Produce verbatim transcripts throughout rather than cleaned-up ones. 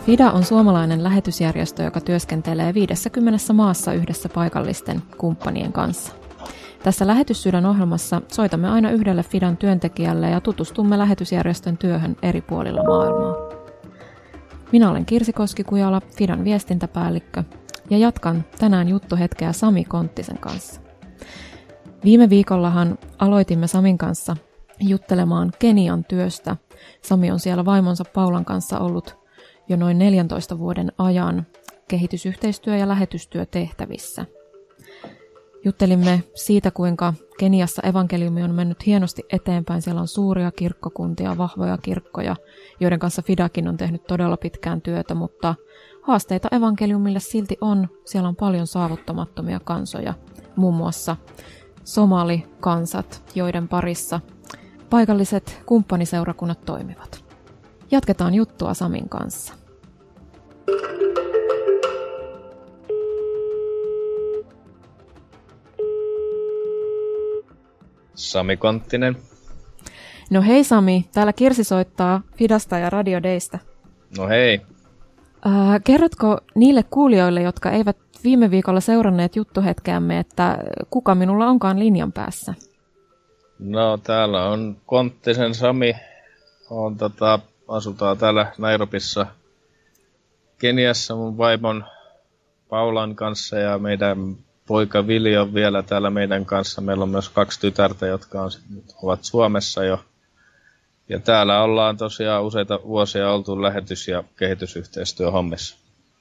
FIDA on suomalainen lähetysjärjestö, joka työskentelee viidessäkymmenessä maassa yhdessä paikallisten kumppanien kanssa. Tässä Lähetyssydän ohjelmassa soitamme aina yhdelle FIDAn työntekijälle ja tutustumme lähetysjärjestön työhön eri puolilla maailmaa. Minä olen Kirsi Koski-Kujala, FIDAn viestintäpäällikkö, ja jatkan tänään juttuhetkeä Sami Konttisen kanssa. Viime viikollahan aloitimme Samin kanssa juttelemaan Kenian työstä. Sami on siellä vaimonsa Paulan kanssa ollut jo noin neljäntoista vuoden ajan kehitysyhteistyö- ja lähetystyötehtävissä. Juttelimme siitä, kuinka Keniassa evankeliumi on mennyt hienosti eteenpäin. Siellä on suuria kirkkokuntia, vahvoja kirkkoja, joiden kanssa FIDAkin on tehnyt todella pitkään työtä, mutta haasteita evankeliumille silti on. Siellä on paljon saavuttamattomia kansoja, muun muassa somalikansat, joiden parissa paikalliset kumppaniseurakunnat toimivat. Jatketaan juttua Samin kanssa. Sami Konttinen. No hei Sami, täällä Kirsi soittaa FIDasta ja Radio Daystä. No hei. Äh, kerrotko niille kuulijoille, jotka eivät viime viikolla seuranneet juttuhetkeämme, että kuka minulla onkaan linjan päässä? No täällä on Konttisen Sami. On, tota, asutaan täällä Nairobissa Keniassa mun vaimon Paulan kanssa ja meidän poika Vili on vielä täällä meidän kanssa. Meillä on myös kaksi tytärtä, jotka on, ovat Suomessa jo. Ja täällä ollaan tosiaan useita vuosia oltu lähetys- ja kehitysyhteistyöhommissa.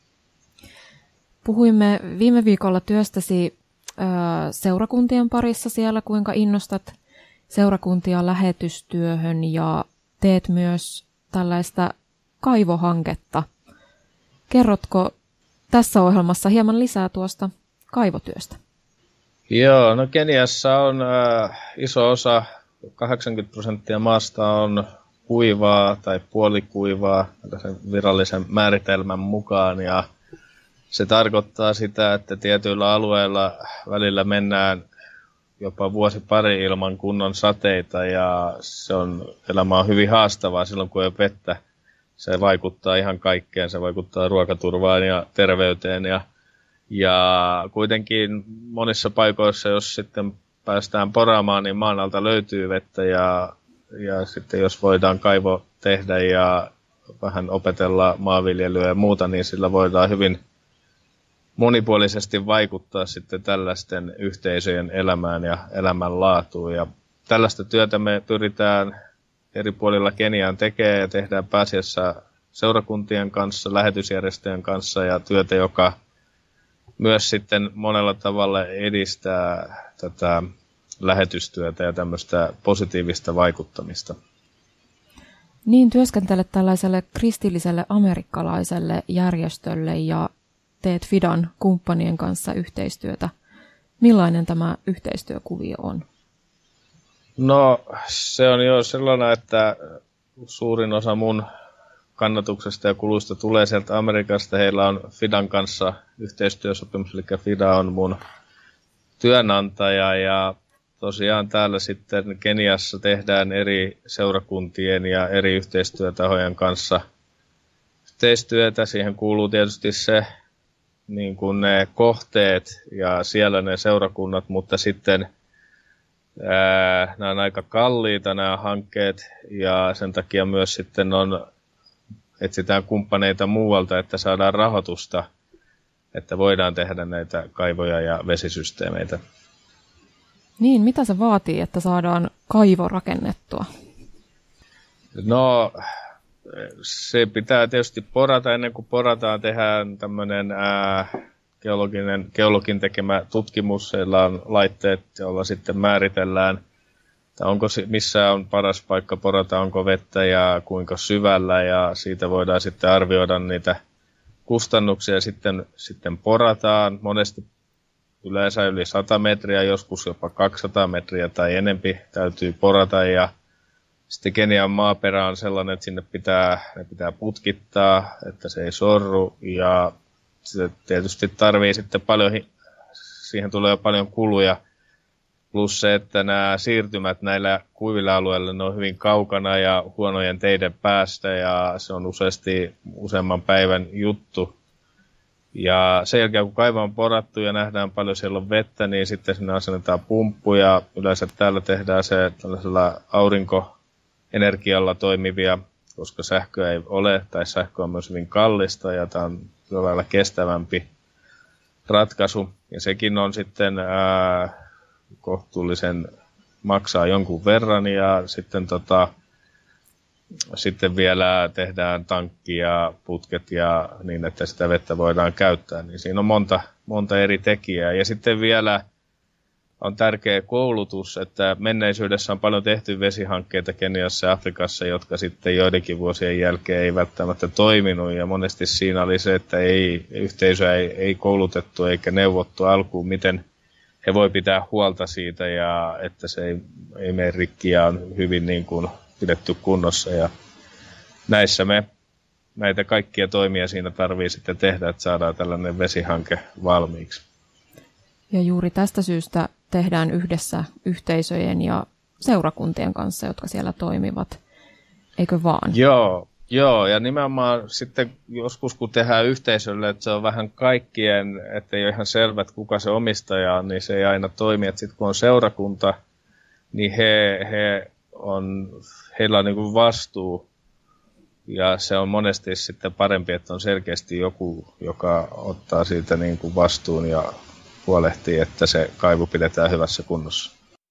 Puhuimme viime viikolla työstäsi ö, seurakuntien parissa siellä, kuinka innostat seurakuntia lähetystyöhön ja teet myös tällaista kaivohanketta. Kerrotko tässä ohjelmassa hieman lisää tuosta kaivotyöstä? Joo, no Keniassa on äh, iso osa, kahdeksankymmentä prosenttia maasta on kuivaa tai puolikuivaa sen virallisen määritelmän mukaan, ja se tarkoittaa sitä, että tietyillä alueilla välillä mennään jopa vuosi pari ilman kunnon sateita, ja se on, elämä on hyvin haastavaa silloin, kun ei ole vettä. Se vaikuttaa ihan kaikkeen, se vaikuttaa ruokaturvaan ja terveyteen, ja Ja kuitenkin monissa paikoissa, jos sitten päästään poraamaan, niin maan alta löytyy vettä ja, ja sitten jos voidaan kaivo tehdä ja vähän opetella maanviljelyä ja muuta, niin sillä voidaan hyvin monipuolisesti vaikuttaa sitten tällaisten yhteisöjen elämään ja elämänlaatuun. Ja tällaista työtä me pyritään eri puolilla Keniaan tekemään ja tehdään pääasiassa seurakuntien kanssa, lähetysjärjestöjen kanssa ja työtä, joka myös sitten monella tavalla edistää tätä lähetystyötä ja tämmöistä positiivista vaikuttamista. Niin, työskentelet tällaiselle kristilliselle amerikkalaiselle järjestölle ja teet FIDAn kumppanien kanssa yhteistyötä. Millainen tämä yhteistyökuvio on? No, se on jo sellainen, että suurin osa mun kannatuksesta ja kuluista tulee sieltä Amerikasta. Heillä on FIDAn kanssa yhteistyösopimus, eli FIDA on mun työnantaja, ja tosiaan täällä sitten Keniassa tehdään eri seurakuntien ja eri yhteistyötahojen kanssa yhteistyötä. Siihen kuuluu tietysti se, niin kuin ne kohteet ja siellä ne seurakunnat, mutta sitten ää, nämä on aika kalliita nämä hankkeet, ja sen takia myös sitten on etsitään kumppaneita muualta, että saadaan rahoitusta, että voidaan tehdä näitä kaivoja ja vesisysteemeitä. Niin, mitä se vaatii, että saadaan kaivo rakennettua? No, se pitää tietysti porata. Ennen kuin porataan, tehdään tämmöinen ää, geologinen, geologin tekemä tutkimus. Siellä on laitteet, joilla sitten määritellään, että onko missä on paras paikka porata, onko vettä ja kuinka syvällä, ja siitä voidaan sitten arvioida niitä kustannuksia. Sitten, sitten porataan monesti yleensä yli sata metriä, joskus jopa kaksisataa metriä tai enempi täytyy porata, ja sitten Kenian maaperä on sellainen, että sinne pitää, ne pitää putkittaa, että se ei sorru, ja se tietysti tarvii sitten paljon, siihen tulee paljon kuluja. Plus se, että nämä siirtymät näillä kuivilla alueilla ne on hyvin kaukana ja huonojen teiden päästä ja se on useasti useamman päivän juttu. Ja sen jälkeen kun kaivo on porattu ja nähdään paljon siellä on vettä, niin sitten sinne asennetaan pumppu ja yleensä täällä tehdään se tällaisella aurinkoenergialla toimivia, koska sähköä ei ole tai sähkö on myös hyvin kallista ja tämä on lailla kestävämpi ratkaisu. Ja sekin on sitten ää, kohtuullisen maksaa jonkun verran ja sitten, tota, sitten vielä tehdään tankki ja putket ja niin, että sitä vettä voidaan käyttää. Niin siinä on monta, monta eri tekijää. Ja sitten vielä on tärkeä koulutus, että menneisyydessä on paljon tehty vesihankkeita Keniassa ja Afrikassa, jotka sitten joidenkin vuosien jälkeen ei välttämättä toiminut. Ja monesti siinä oli se, että ei, yhteisöä ei, ei koulutettu eikä neuvottu alkuun, miten he voi pitää huolta siitä ja että se ei, ei mene rikki ja on hyvin niin kuin pidetty kunnossa. Ja näissä me näitä kaikkia toimia siinä tarvii sitten tehdä, että saadaan tällainen vesihanke valmiiksi. Ja juuri tästä syystä tehdään yhdessä yhteisöjen ja seurakuntien kanssa, jotka siellä toimivat, eikö vaan? Joo, joo, ja nimenomaan sitten joskus kun tehdään yhteisölle, että se on vähän kaikkien, että ei ole ihan selvä, että kuka se omistaja on, niin se ei aina toimi. Että sitten kun on seurakunta, niin he, he on, heillä on niin kuin vastuu, ja se on monesti sitten parempi, että on selkeästi joku, joka ottaa siitä niin kuin vastuun ja huolehtii, että se kaivu pidetään hyvässä kunnossa.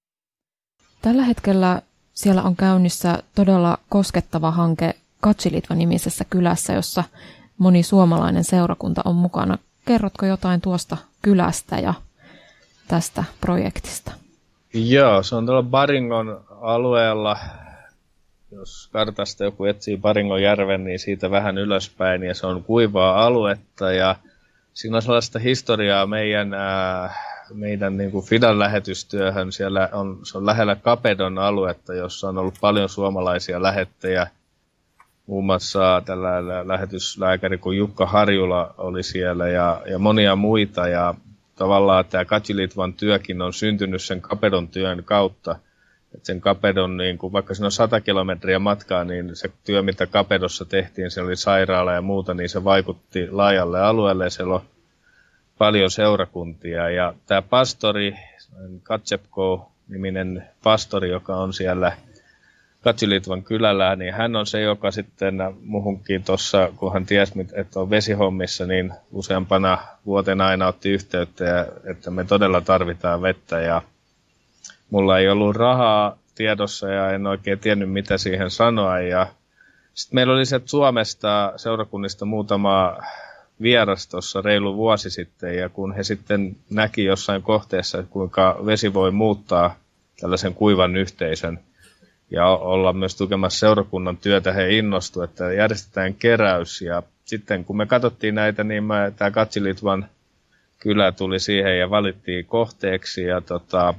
Tällä hetkellä siellä on käynnissä todella koskettava hanke Katsilitva-nimisessä kylässä, jossa moni suomalainen seurakunta on mukana. Kerrotko jotain tuosta kylästä ja tästä projektista? Joo, se on tuolla Baringon alueella. Jos kartasta joku etsii Baringon järven, niin siitä vähän ylöspäin, ja se on kuivaa aluetta, ja siinä on sellaista historiaa meidän, ää, meidän niin kuin Fidan lähetystyöhön. Siellä on, se on lähellä Kapedon aluetta, jossa on ollut paljon suomalaisia lähettejä. Muun muassa tällä lähetyslääkäri kuin Jukka Harjula oli siellä ja, ja monia muita. Ja tavallaan tämä Katsilitvan työkin on syntynyt sen Kapedon työn kautta. Et sen Kapedon, niin kuin, vaikka siinä on sata kilometriä matkaa, niin se työ, mitä Kapedossa tehtiin, se oli sairaala ja muuta, niin se vaikutti laajalle alueelle. Siellä on paljon seurakuntia. Ja tämä pastori, Katsepko-niminen pastori, joka on siellä Katsilitvan kylällä, niin hän on se, joka sitten muhunkin tuossa, kun hän tiesi, että on vesihommissa, niin useampana vuotena aina otti yhteyttä, ja, että me todella tarvitaan vettä. Ja mulla ei ollut rahaa tiedossa ja en oikein tiennyt, mitä siihen sanoa. Ja sitten meillä oli se Suomesta seurakunnista muutama vieras tuossa reilu vuosi sitten, ja kun he sitten näki jossain kohteessa, että kuinka vesi voi muuttaa tällaisen kuivan yhteisön, ja olla myös tukemassa seurakunnan työtä, he innostuivat, että järjestetään keräys. Ja sitten kun me katsottiin näitä, niin tämä Katsilitvan kylä tuli siihen ja valittiin kohteeksi. Ja, tota,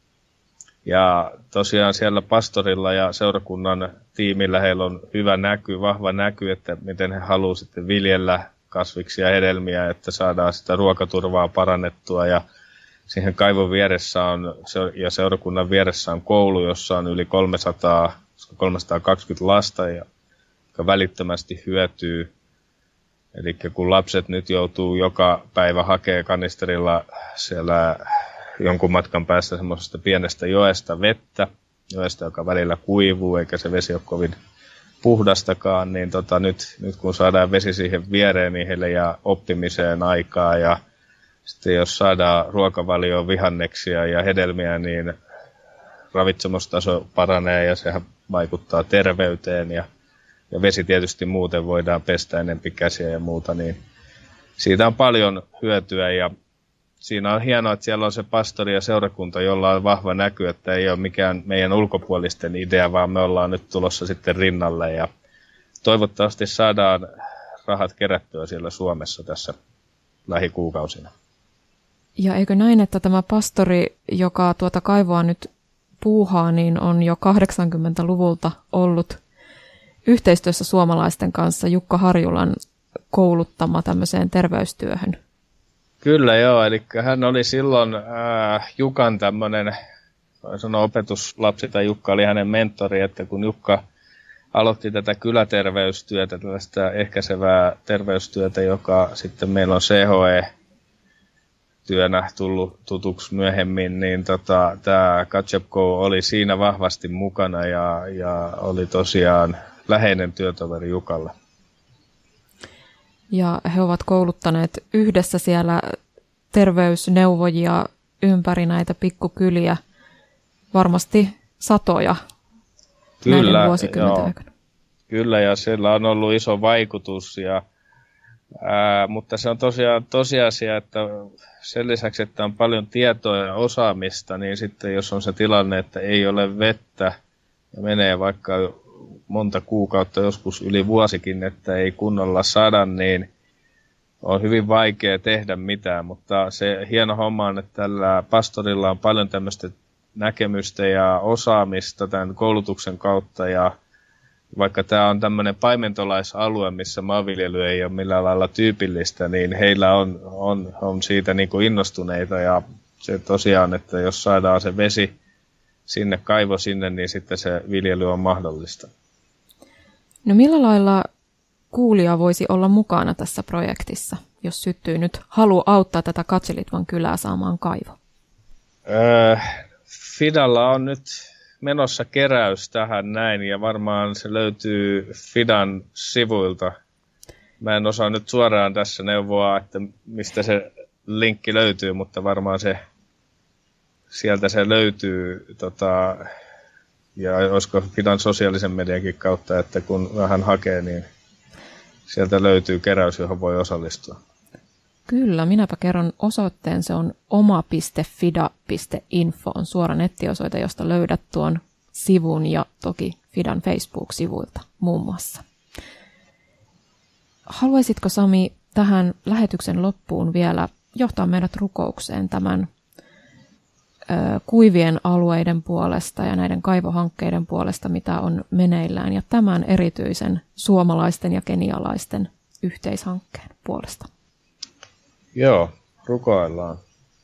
ja tosiaan siellä pastorilla ja seurakunnan tiimillä heillä on hyvä näky, vahva näky, että miten he haluavat sitten viljellä kasviksia ja hedelmiä, että saadaan sitä ruokaturvaa parannettua. Ja siihen kaivon vieressä on, ja seurakunnan vieressä on koulu, jossa on yli kolmesataa, kolmesataakaksikymmentä lasta, jotka välittömästi hyötyy. Eli kun lapset nyt joutuu joka päivä hakemaan kanisterilla siellä jonkun matkan päästä semmoisesta pienestä joesta vettä, joesta, joka välillä kuivuu, eikä se vesi ole kovin puhdastakaan, niin tota, nyt, nyt kun saadaan vesi siihen viereen, niin heille jää oppimiseen aikaa, ja sitten jos saadaan ruokavalioon vihanneksia ja hedelmiä, niin ravitsemustaso paranee ja sehän vaikuttaa terveyteen. Ja, ja vesi tietysti muuten voidaan pestä enempi käsiä ja muuta, niin siitä on paljon hyötyä. Ja siinä on hienoa, että siellä on se pastori ja seurakunta, jolla on vahva näky, että ei ole mikään meidän ulkopuolisten idea, vaan me ollaan nyt tulossa sitten rinnalle. Ja toivottavasti saadaan rahat kerättyä siellä Suomessa tässä lähikuukausina. Ja eikö näin, että tämä pastori, joka tuota kaivoa nyt puuhaa, niin on jo kahdeksankymmentäluvulta ollut yhteistyössä suomalaisten kanssa Jukka Harjulan kouluttama tämmöiseen terveystyöhön? Kyllä joo, eli hän oli silloin äh, Jukan tämmöinen sanoa opetuslapsi tai Jukka oli hänen mentori, että kun Jukka aloitti tätä kyläterveystyötä, tällaista ehkäisevää terveystyötä, joka sitten meillä on C H E-työnä tullut tutuksi myöhemmin, niin tota, tämä Catch Up Go oli siinä vahvasti mukana ja, ja oli tosiaan läheinen työtoveri Jukalle. Ja he ovat kouluttaneet yhdessä siellä terveysneuvojia ympäri näitä pikkukyliä, varmasti satoja Kyllä, näiden vuosikymmenten joo. aikana. Kyllä, ja sillä on ollut iso vaikutus, ja, ää, mutta se on tosiaan tosiasia, että sen lisäksi, että on paljon tietoa ja osaamista, niin sitten jos on se tilanne, että ei ole vettä ja menee vaikka monta kuukautta, joskus yli vuosikin, että ei kunnolla sada, niin on hyvin vaikea tehdä mitään, mutta se hieno homma on, että tällä pastorilla on paljon tämmöistä näkemystä ja osaamista tämän koulutuksen kautta, ja vaikka tämä on tämmöinen paimentolaisalue, missä maanviljely ei ole millään lailla tyypillistä, niin heillä on, on, on siitä niin kuin innostuneita, ja se tosiaan, että jos saadaan se vesi sinne, kaivo sinne, niin sitten se viljely on mahdollista. No millä lailla kuulija voisi olla mukana tässä projektissa, jos syttyy nyt halu auttaa tätä Katselitvan kylää saamaan kaivo? Öö, Fidalla on nyt menossa keräys tähän näin, ja varmaan se löytyy Fidan sivuilta. Mä en osaa nyt suoraan tässä neuvoa, että mistä se linkki löytyy, mutta varmaan se sieltä se löytyy, tota, ja olisiko Fidan sosiaalisen mediankin kautta, että kun vähän hakee, niin sieltä löytyy keräys, johon voi osallistua. Kyllä, minäpä kerron osoitteen. Se on oma piste fida piste info on suora nettiosoite, josta löydät tuon sivun ja toki Fidan Facebook-sivuilta muun muassa. Haluaisitko, Sami, tähän lähetyksen loppuun vielä johtaa meidät rukoukseen tämän ö, kuivien alueiden puolesta ja näiden kaivohankkeiden puolesta, mitä on meneillään, ja tämän erityisen suomalaisten ja kenialaisten yhteishankkeen puolesta? Joo, rukoillaan.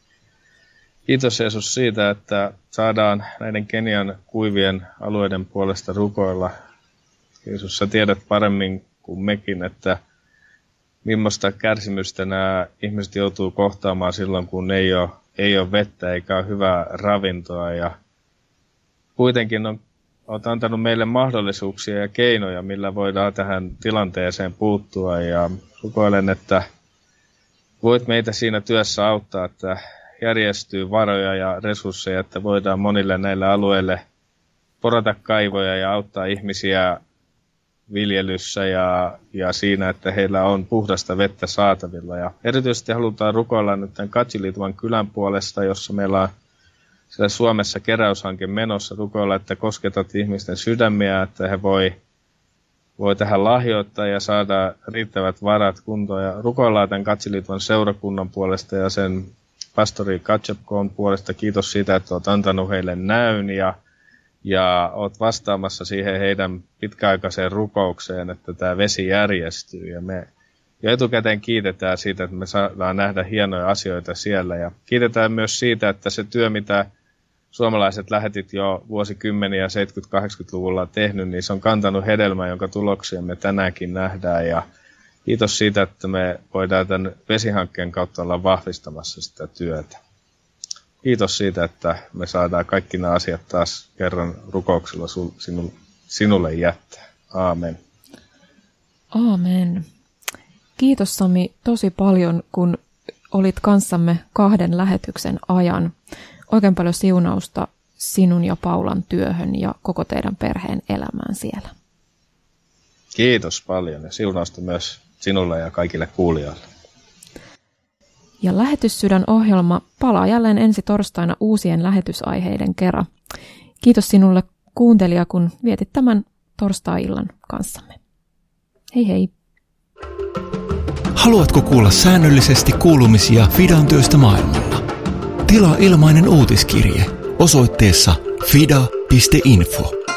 Kiitos Jeesus siitä, että saadaan näiden Kenian kuivien alueiden puolesta rukoilla. Jeesus, sä tiedät paremmin kuin mekin, että millaista kärsimystä nämä ihmiset joutuu kohtaamaan silloin, kun ei ole, ei ole vettä eikä ole hyvää ravintoa. Ja kuitenkin on, olet antanut meille mahdollisuuksia ja keinoja, millä voidaan tähän tilanteeseen puuttua. Ja rukoilen, että voit meitä siinä työssä auttaa, että järjestyy varoja ja resursseja, että voidaan monille näille alueille porata kaivoja ja auttaa ihmisiä viljelyssä ja, ja siinä, että heillä on puhdasta vettä saatavilla. Ja erityisesti halutaan rukoilla nyt tämän Katselitvan kylän puolesta, jossa meillä on siellä Suomessa keräyshanke menossa, rukoilla, että kosketat ihmisten sydämiä, että he voi voi tähän lahjoittaa ja saada riittävät varat kuntoon. Ja rukoillaan tämän Katselitvan seurakunnan puolesta ja sen pastori Catch Up Go'n puolesta. Kiitos siitä, että olet antanut heille näyn ja, ja olet vastaamassa siihen heidän pitkäaikaiseen rukoukseen, että tämä vesi järjestyy. Ja me ja etukäteen kiitetään siitä, että me saadaan nähdä hienoja asioita siellä. Ja kiitetään myös siitä, että se työ, mitä suomalaiset lähetit jo vuosikymmeniä seitsemänkymmentä-kahdeksankymmentäluvulla tehnyt, niin se on kantanut hedelmää, jonka tuloksia me tänäänkin nähdään. Ja kiitos siitä, että me voidaan tämän vesihankkeen kautta olla vahvistamassa sitä työtä. Kiitos siitä, että me saadaan kaikki nämä asiat taas kerran rukouksella sinulle jättää. Aamen. Aamen. Kiitos, Sami, tosi paljon, kun olit kanssamme kahden lähetyksen ajan. Oikein paljon siunausta sinun ja Paulan työhön ja koko teidän perheen elämään siellä. Kiitos paljon ja siunausta myös sinulle ja kaikille kuulijoille. Ja Lähetyssydän ohjelma palaa jälleen ensi torstaina uusien lähetysaiheiden kerran. Kiitos sinulle kuuntelija, kun vietit tämän torstai-illan kanssamme. Hei hei! Haluatko kuulla säännöllisesti kuulumisia Fidan työstä maailmalla? Tilaa ilmainen uutiskirje osoitteessa fida piste info.